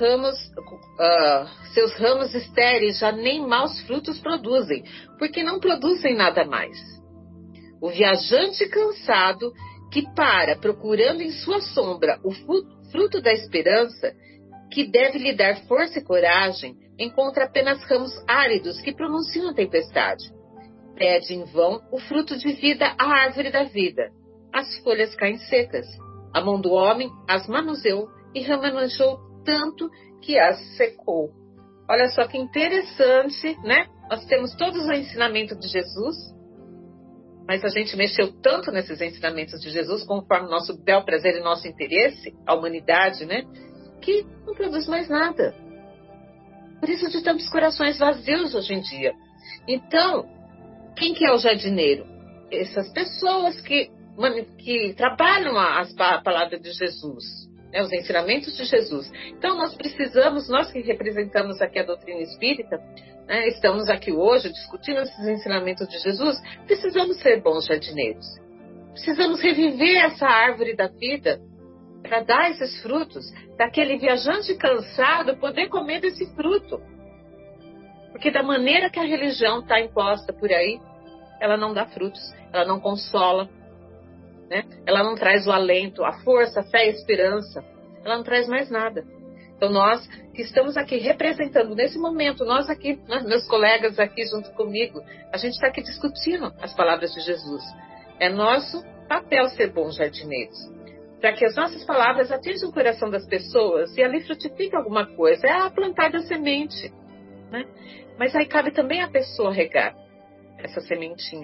ramos estéreis já nem maus frutos produzem, porque não produzem nada mais. O viajante cansado, que para, procurando em sua sombra o fruto da esperança, que deve lhe dar força e coragem, encontra apenas ramos áridos que pronunciam a tempestade. Pede em vão o fruto de vida à árvore da vida. As folhas caem secas. A mão do homem as manuseou e remanejou tanto que as secou. Olha só que interessante, né? Nós temos todos os ensinamentos de Jesus, mas a gente mexeu tanto nesses ensinamentos de Jesus, conforme nosso bel prazer e nosso interesse, a humanidade, né? Que não produz mais nada. Por isso de tantos corações vazios hoje em dia. Então, quem que é o jardineiro? Essas pessoas que trabalham a palavra de Jesus, né, os ensinamentos de Jesus. Então nós precisamos, nós que representamos aqui a doutrina espírita, né, estamos aqui hoje discutindo esses ensinamentos de Jesus, precisamos ser bons jardineiros. Precisamos reviver essa árvore da vida para dar esses frutos, para aquele viajante cansado poder comer desse fruto. Porque da maneira que a religião está imposta por aí, ela não dá frutos, ela não consola, né? Ela não traz o alento, a força, a fé e a esperança. Ela não traz mais nada. Então nós que estamos aqui representando nesse momento, nós aqui, meus colegas aqui junto comigo, a gente está aqui discutindo as palavras de Jesus. É nosso papel ser bons jardineiros, para que as nossas palavras atinjam o coração das pessoas e ali frutifique alguma coisa. É a plantar da semente, né? Mas aí cabe também a pessoa regar essa sementinha.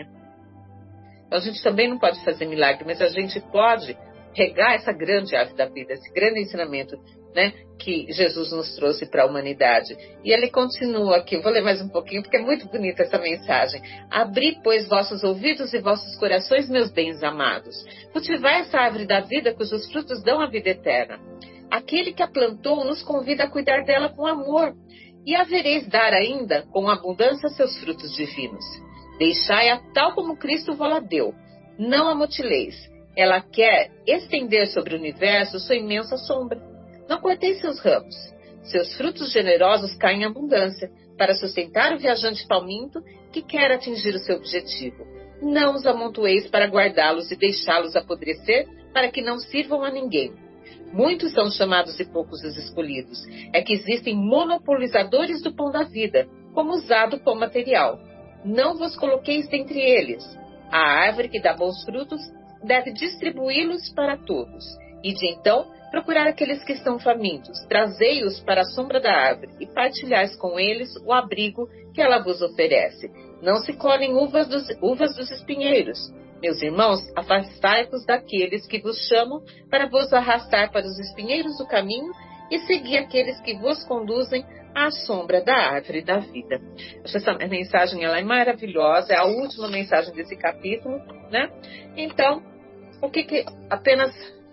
A gente também não pode fazer milagre, mas a gente pode regar essa grande árvore da vida, esse grande ensinamento, né, que Jesus nos trouxe para a humanidade. E ele continua aqui, eu vou ler mais um pouquinho, porque é muito bonita essa mensagem. Abri, pois, vossos ouvidos e vossos corações, meus bens amados. Cultivai essa árvore da vida, cujos frutos dão a vida eterna. Aquele que a plantou nos convida a cuidar dela com amor, e havereis dar ainda, com abundância, seus frutos divinos. Deixai-a tal como Cristo vos deu. Não a mutileis. Ela quer estender sobre o universo sua imensa sombra. Não corteis seus ramos. Seus frutos generosos caem em abundância, para sustentar o viajante faminto que quer atingir o seu objetivo. Não os amontoeis para guardá-los e deixá-los apodrecer, para que não sirvam a ninguém. Muitos são chamados e poucos os escolhidos. É que existem monopolizadores do pão da vida, como usado pão material. Não vos coloqueis dentre eles. A árvore que dá bons frutos deve distribuí-los para todos. E de então procurar aqueles que estão famintos, trazei-os para a sombra da árvore e partilhais com eles o abrigo que ela vos oferece. Não se colhem uvas dos espinheiros. Meus irmãos, afastai-vos daqueles que vos chamam para vos arrastar para os espinheiros do caminho e seguir aqueles que vos conduzem à sombra da árvore da vida. Essa mensagem ela é maravilhosa, é a última mensagem desse capítulo, né? Então, o que apenas,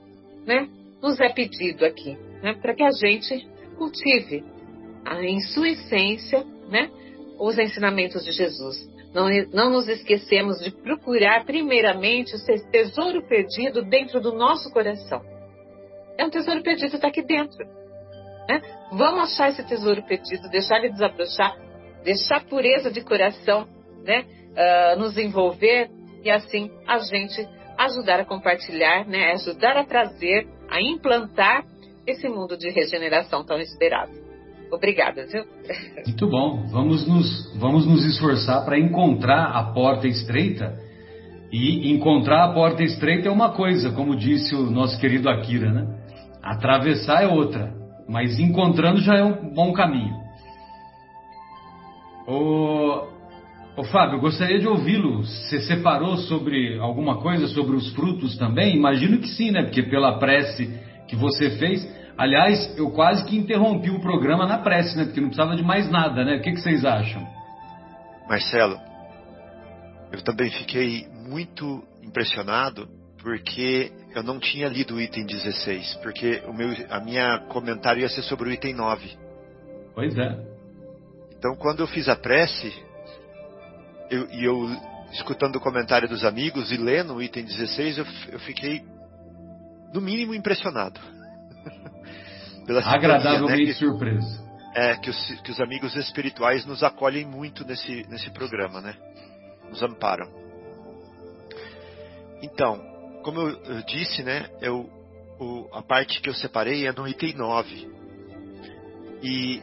né, nos é pedido aqui, né, para que a gente cultive em sua essência, né, os ensinamentos de Jesus. Não nos esquecemos de procurar primeiramente o tesouro perdido dentro do nosso coração. É um tesouro perdido, está aqui dentro, né? Vamos achar esse tesouro perdido, deixar ele desabrochar, deixar a pureza de coração, né, nos envolver e assim a gente ajudar a compartilhar, né, ajudar a trazer, a implantar esse mundo de regeneração tão esperado. Obrigada, viu? Muito bom. Vamos nos esforçar para encontrar a porta estreita E encontrar a porta estreita é uma coisa, como disse o nosso querido Akira, né? Atravessar é outra, mas encontrando já é um bom caminho. Ô Fábio, eu gostaria de ouvi-lo. Você separou sobre alguma coisa sobre os frutos também? Imagino que sim, né? Porque pela prece que você fez... Aliás, eu quase que interrompi o programa na prece, né? Porque não precisava de mais nada, né? O que vocês acham? Marcelo, eu também fiquei muito impressionado porque eu não tinha lido o item 16, porque a minha comentário ia ser sobre o item 9. Pois é. Então, quando eu fiz a prece, eu escutando o comentário dos amigos e lendo o item 16, eu fiquei, no mínimo, impressionado. Pela agradavelmente, né? Que, surpreso. Que os amigos espirituais nos acolhem muito nesse programa, né? Nos amparam. Então, como eu disse, né? A parte que eu separei é no item 9. E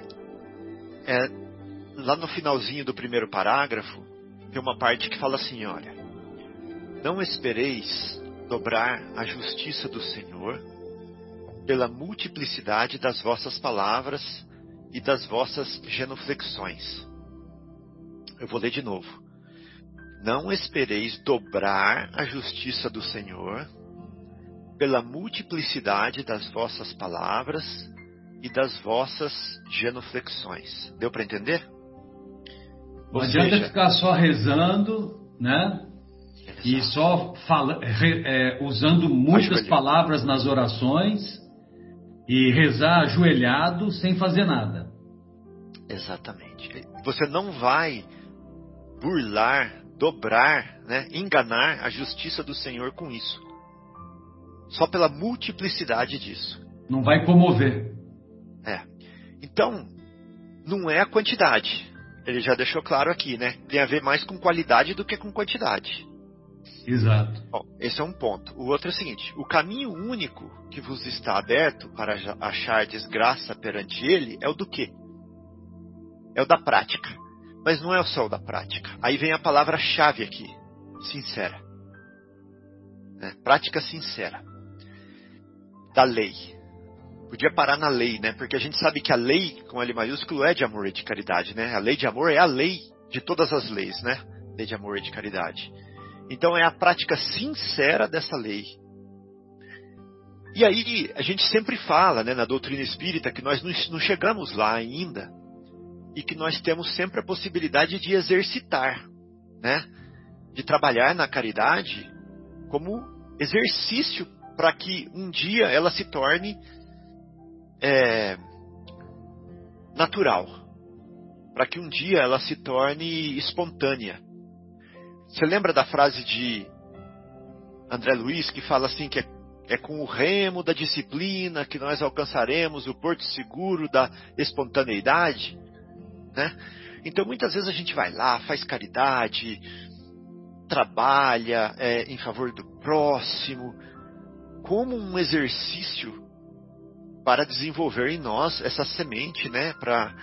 lá no finalzinho do primeiro parágrafo, tem uma parte que fala assim, olha: não espereis dobrar a justiça do Senhor pela multiplicidade das vossas palavras e das vossas genuflexões. Eu vou ler de novo. Não espereis dobrar a justiça do Senhor pela multiplicidade das vossas palavras e das vossas genuflexões. Deu para entender? Não adianta ficar só rezando, né? Exato. E só usando muitas palavras nas orações e rezar ajoelhado sem fazer nada. Exatamente. Você não vai burlar, dobrar, né, enganar a justiça do Senhor com isso. Só pela multiplicidade disso. Não vai comover. Então, não é a quantidade. Ele já deixou claro aqui, né? Tem a ver mais com qualidade do que com quantidade. Exato. Bom, esse é um ponto. O outro é o seguinte: o caminho único que vos está aberto para achar desgraça perante ele é o do quê? É o da prática. Mas não é só o da prática. Aí vem a palavra-chave aqui: sincera. Prática sincera. Da lei. Podia parar na lei, né? Porque a gente sabe que a lei, com L maiúsculo, é de amor e de caridade, né? A lei de amor é a lei de todas as leis, né? Lei de amor e de caridade. Então é a prática sincera dessa lei. E aí a gente sempre fala, né, na doutrina espírita, que nós não chegamos lá ainda e que nós temos sempre a possibilidade de exercitar, né? De trabalhar na caridade como exercício para que um dia ela se torne natural, para que um dia ela se torne espontânea. Você lembra da frase de André Luiz que fala assim, que é com o remo da disciplina que nós alcançaremos o porto seguro da espontaneidade, né? Então muitas vezes a gente vai lá, faz caridade, trabalha em favor do próximo, como um exercício para desenvolver em nós essa semente, né,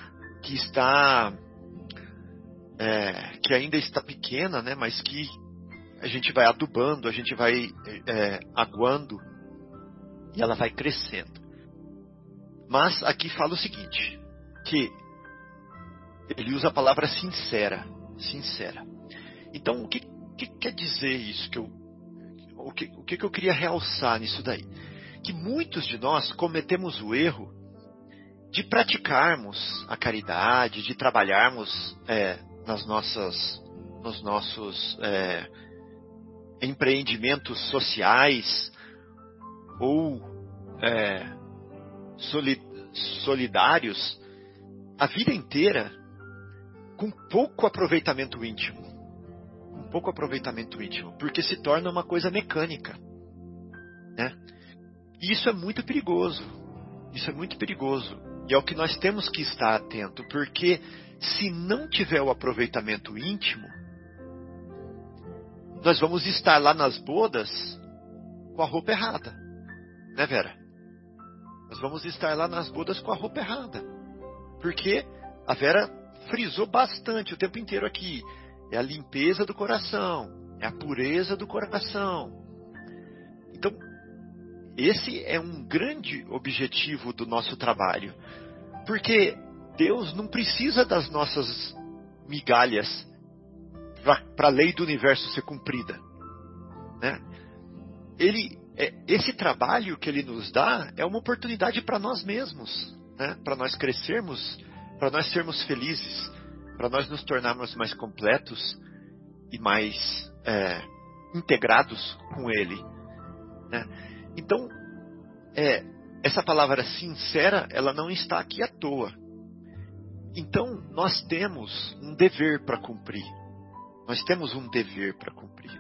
que ainda está pequena, né, mas que a gente vai adubando, a gente vai aguando e ela vai crescendo. Mas aqui fala o seguinte, que ele usa a palavra sincera. Então o que quer dizer isso? O que eu queria realçar nisso daí? Que muitos de nós cometemos o erro de praticarmos a caridade, de trabalharmos nos nossos empreendimentos sociais ou solidários a vida inteira com pouco aproveitamento íntimo. Porque se torna uma coisa mecânica, né? E isso é muito perigoso. E é o que nós temos que estar atento, porque se não tiver o aproveitamento íntimo, nós vamos estar lá nas bodas com a roupa errada, né, Vera? Nós vamos estar lá nas bodas com a roupa errada, porque a Vera frisou bastante o tempo inteiro aqui. É a limpeza do coração, é a pureza do coração. Então, esse é um grande objetivo do nosso trabalho, porque Deus não precisa das nossas migalhas para a lei do universo ser cumprida, né? Esse trabalho que Ele nos dá é uma oportunidade para nós mesmos, né? Para nós crescermos, para nós sermos felizes, para nós nos tornarmos mais completos e mais integrados com Ele, né? Então, essa palavra sincera, ela não está aqui à toa. Então, nós temos um dever para cumprir. Nós temos um dever para cumprir.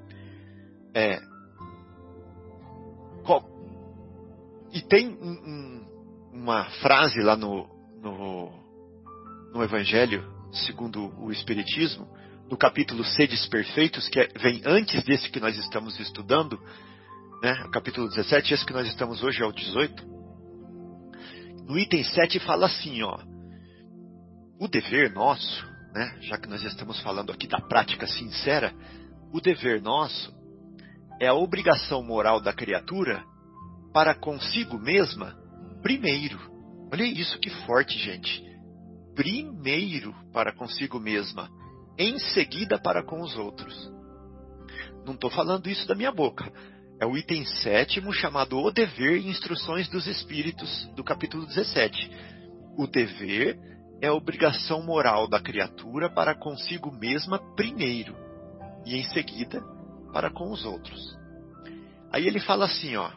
E tem uma frase lá no Evangelho, segundo o Espiritismo, no capítulo Sedes Perfeitos, que vem antes desse que nós estamos estudando, né? O capítulo 17, esse que nós estamos hoje é o 18. No item 7 fala assim, ó: o dever nosso, né? Já que nós estamos falando aqui da prática sincera, o dever nosso é a obrigação moral da criatura para consigo mesma primeiro. Olha isso, que forte, gente. Primeiro para consigo mesma, em seguida para com os outros. Não estou falando isso da minha boca. É o item 7º, chamado O Dever e Instruções dos Espíritos, do capítulo 17. O dever é a obrigação moral da criatura para consigo mesma primeiro, e em seguida para com os outros. Aí ele fala assim, ó.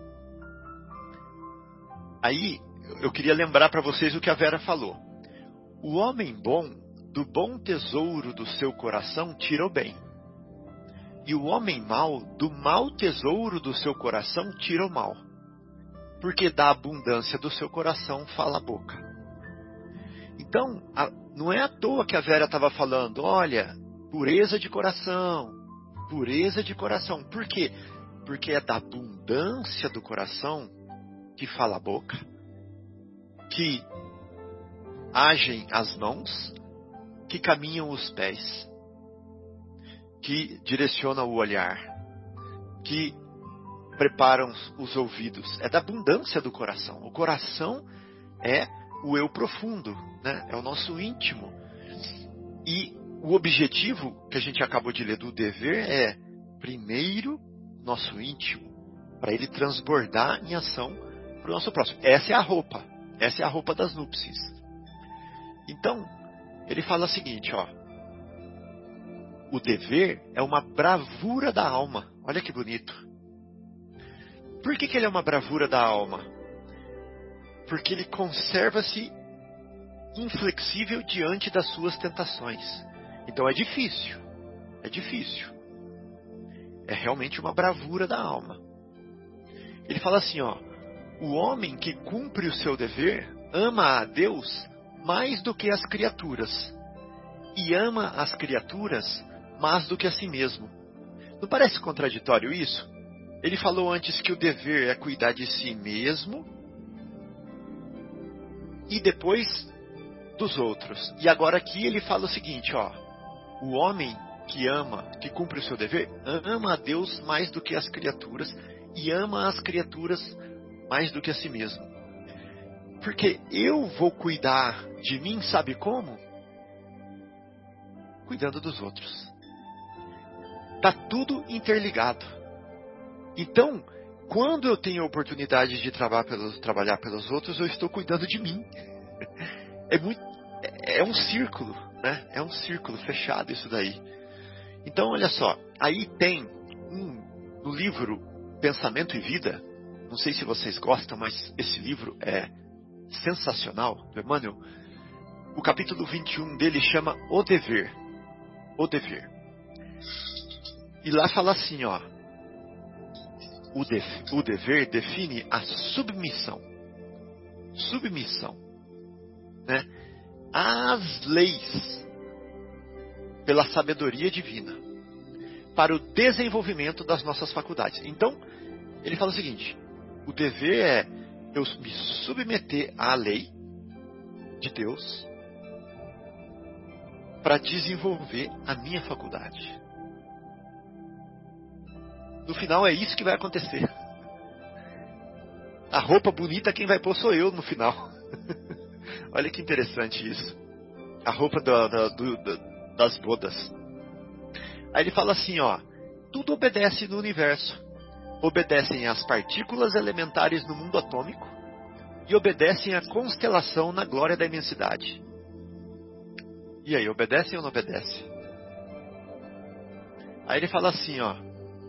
Aí eu queria lembrar para vocês o que a Vera falou. O homem bom, do bom tesouro do seu coração, tira o bem. E o homem mau, do mau tesouro do seu coração, tira o mal. Porque da abundância do seu coração fala a boca. Então, não é à toa que a Vera estava falando, olha, pureza de coração, pureza de coração. Por quê? Porque é da abundância do coração que fala a boca, que agem as mãos, que caminham os pés, que direcionam o olhar, que preparam os ouvidos. É da abundância do coração. O coração é o eu profundo, né? É o nosso íntimo. E o objetivo que a gente acabou de ler do dever é, primeiro, nosso íntimo, para ele transbordar em ação para o nosso próximo. Essa é a roupa das núpcias. Então, ele fala o seguinte, ó: o dever é uma bravura da alma. Olha que bonito. Por que ele é uma bravura da alma? Porque ele conserva-se inflexível diante das suas tentações. Então é difícil. É difícil. É realmente uma bravura da alma. Ele fala assim, ó: o homem que cumpre o seu dever ama a Deus mais do que as criaturas, e ama as criaturas mais do que a si mesmo. Não parece contraditório isso? Ele falou antes que o dever é cuidar de si mesmo e depois dos outros. E agora aqui ele fala o seguinte, ó: o homem que cumpre o seu dever, ama a Deus mais do que as criaturas e ama as criaturas mais do que a si mesmo. Porque eu vou cuidar de mim, sabe como? Cuidando dos outros. Tá tudo interligado. Então, quando eu tenho a oportunidade de trabalhar pelos outros, eu estou cuidando de mim. É um círculo, né? É um círculo fechado isso daí. Então, olha só, aí tem no livro Pensamento e Vida, não sei se vocês gostam, mas esse livro é sensacional, do Emmanuel. O capítulo 21 dele chama O Dever. O Dever. E lá fala assim, ó: o dever define a submissão. Submissão, né, às leis pela sabedoria divina, para o desenvolvimento das nossas faculdades. Então, ele fala o seguinte: o dever é eu me submeter à lei de Deus para desenvolver a minha faculdade. No final é isso que vai acontecer. A roupa bonita quem vai pôr sou eu no final. Olha que interessante isso. A roupa das bodas. Aí ele fala assim, ó. Tudo obedece no universo. Obedecem às partículas elementares no mundo atômico e obedecem à constelação na glória da imensidade. E aí, obedecem ou não obedecem? Aí ele fala assim, ó.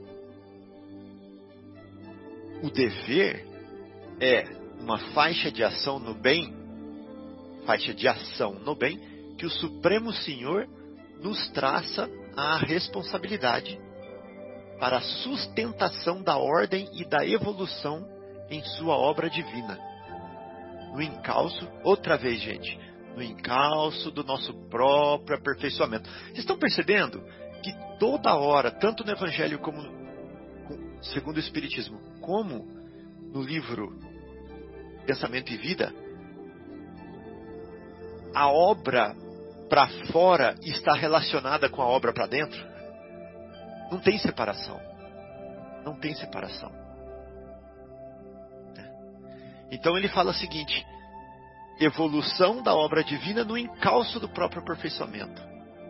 O dever é uma faixa de ação no bem, que o Supremo Senhor nos traça a responsabilidade para a sustentação da ordem e da evolução em sua obra divina. No encalço, outra vez, gente, no encalço do nosso próprio aperfeiçoamento. Vocês estão percebendo que toda hora, tanto no Evangelho como segundo o Espiritismo, como no livro Pensamento e Vida, a obra para fora está relacionada com a obra para dentro? Não tem separação. Não tem separação. Então ele fala o seguinte: evolução da obra divina no encalço do próprio aperfeiçoamento.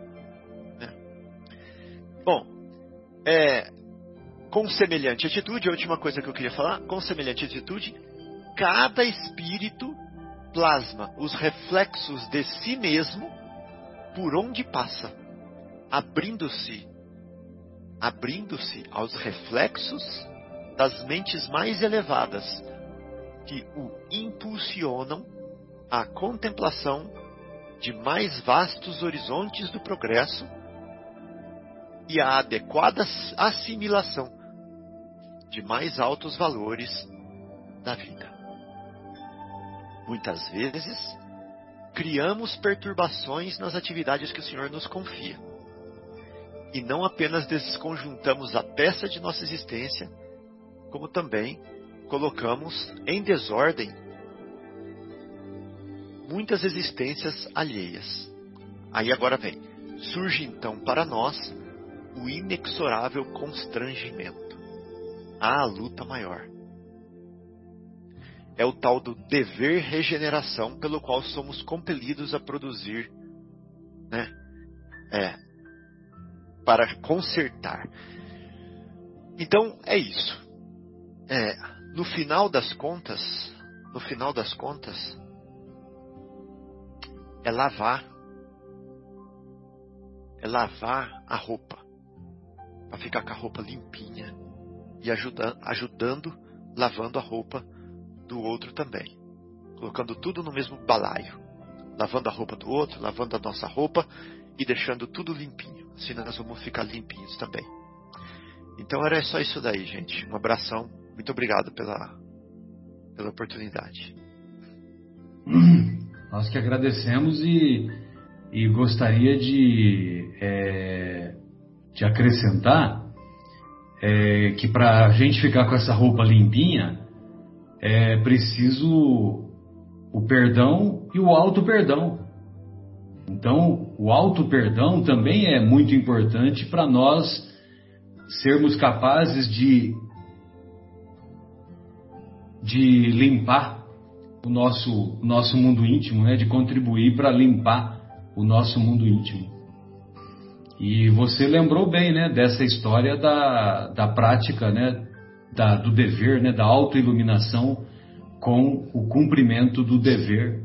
Bom, com semelhante atitude, a última coisa que eu queria falar, com semelhante atitude, cada espírito plasma os reflexos de si mesmo por onde passa, abrindo-se aos reflexos das mentes mais elevadas, que o impulsionam à contemplação de mais vastos horizontes do progresso e à adequada assimilação de mais altos valores da vida. Muitas vezes, criamos perturbações nas atividades que o Senhor nos confia. E não apenas desconjuntamos a peça de nossa existência, como também colocamos em desordem muitas existências alheias. Aí agora vem, surge então para nós o inexorável constrangimento. Há a luta maior. É o tal do dever regeneração pelo qual somos compelidos a produzir, né? Para consertar. Então é isso. No final das contas, é lavar a roupa, para ficar com a roupa limpinha e ajudando, lavando a roupa do outro também, colocando tudo no mesmo balaio, lavando a roupa do outro, lavando a nossa roupa e deixando tudo limpinho, assim nós vamos ficar limpinhos também. Então era só isso daí, gente. Um abração, muito obrigado pela oportunidade. Nós que agradecemos e gostaria de acrescentar que para a gente ficar com essa roupa limpinha é preciso o perdão e o auto-perdão. Então, o auto-perdão também é muito importante para nós sermos capazes de limpar o nosso mundo íntimo, né? De contribuir para limpar o nosso mundo íntimo. E você lembrou bem, né, dessa história da prática, né, do dever, né, da autoiluminação com o cumprimento do dever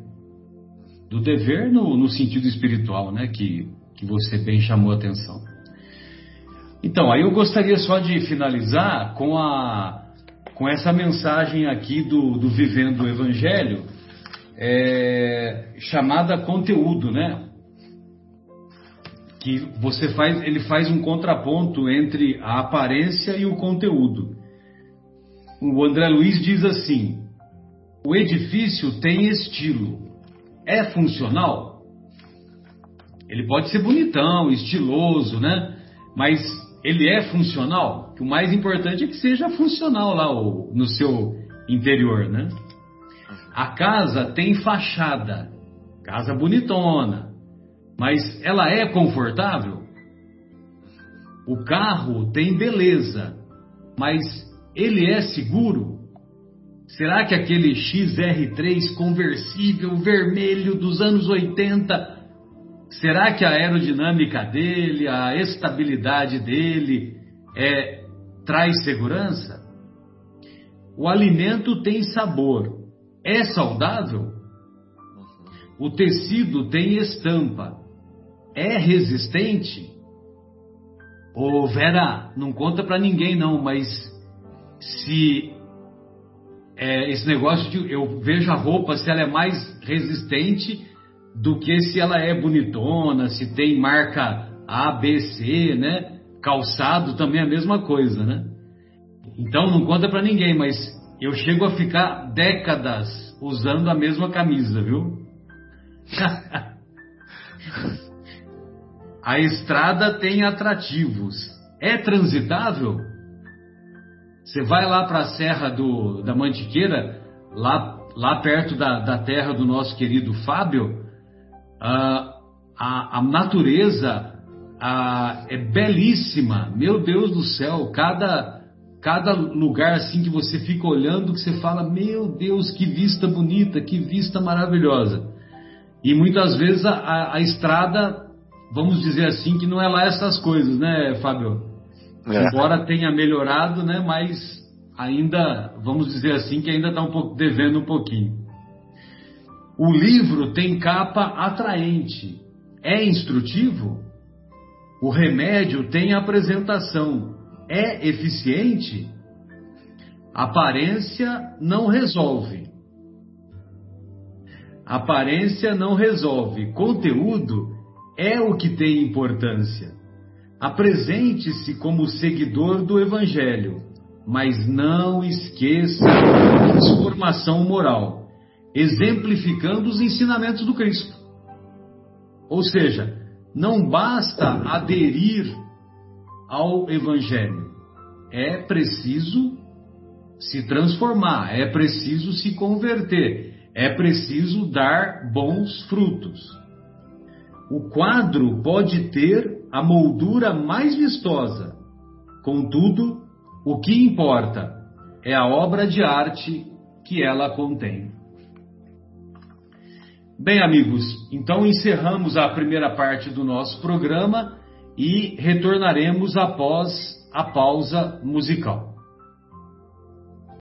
no sentido espiritual, né, que você bem chamou a atenção. Então, aí eu gostaria só de finalizar com essa mensagem aqui do Vivendo o Evangelho, chamada conteúdo, né? Que ele faz um contraponto entre a aparência e o conteúdo. O André Luiz diz assim: o edifício tem estilo, é funcional? Ele pode ser bonitão, estiloso, né? Mas ele é funcional? O mais importante é que seja funcional lá no seu interior, né? A casa tem fachada, casa bonitona, mas ela é confortável? O carro tem beleza, mas ele é seguro? Será que aquele XR3 conversível vermelho dos anos 80, será que a aerodinâmica dele, a estabilidade dele traz segurança? O alimento tem sabor, é saudável? O tecido tem estampa, é resistente? Ô Vera, não conta pra ninguém não, mas se esse negócio de eu vejo a roupa, se ela é mais resistente do que se ela é bonitona, se tem marca A, B, C, né? Calçado também é a mesma coisa, né? Então não conta pra ninguém, mas eu chego a ficar décadas usando a mesma camisa, viu? A estrada tem atrativos. É transitável? Você vai lá para a Serra da Mantiqueira, lá perto da terra do nosso querido Fábio, a natureza é belíssima. Meu Deus do céu, cada lugar assim que você fica olhando, que você fala, meu Deus, que vista bonita, que vista maravilhosa. E muitas vezes a estrada, vamos dizer assim, que não é lá essas coisas, né, Fábio? Embora tenha melhorado, né, mas ainda, vamos dizer assim, que ainda está devendo um pouquinho. O livro tem capa atraente. É instrutivo? O remédio tem apresentação. É eficiente? Aparência não resolve. Aparência não resolve. Conteúdo é o que tem importância. Apresente-se como seguidor do Evangelho, mas não esqueça a transformação moral, exemplificando os ensinamentos do Cristo. Ou seja, não basta aderir ao Evangelho, é preciso se transformar, é preciso se converter, é preciso dar bons frutos. O quadro pode ter a moldura mais vistosa, contudo, o que importa é a obra de arte que ela contém. Bem, amigos, então encerramos a primeira parte do nosso programa e retornaremos após a pausa musical.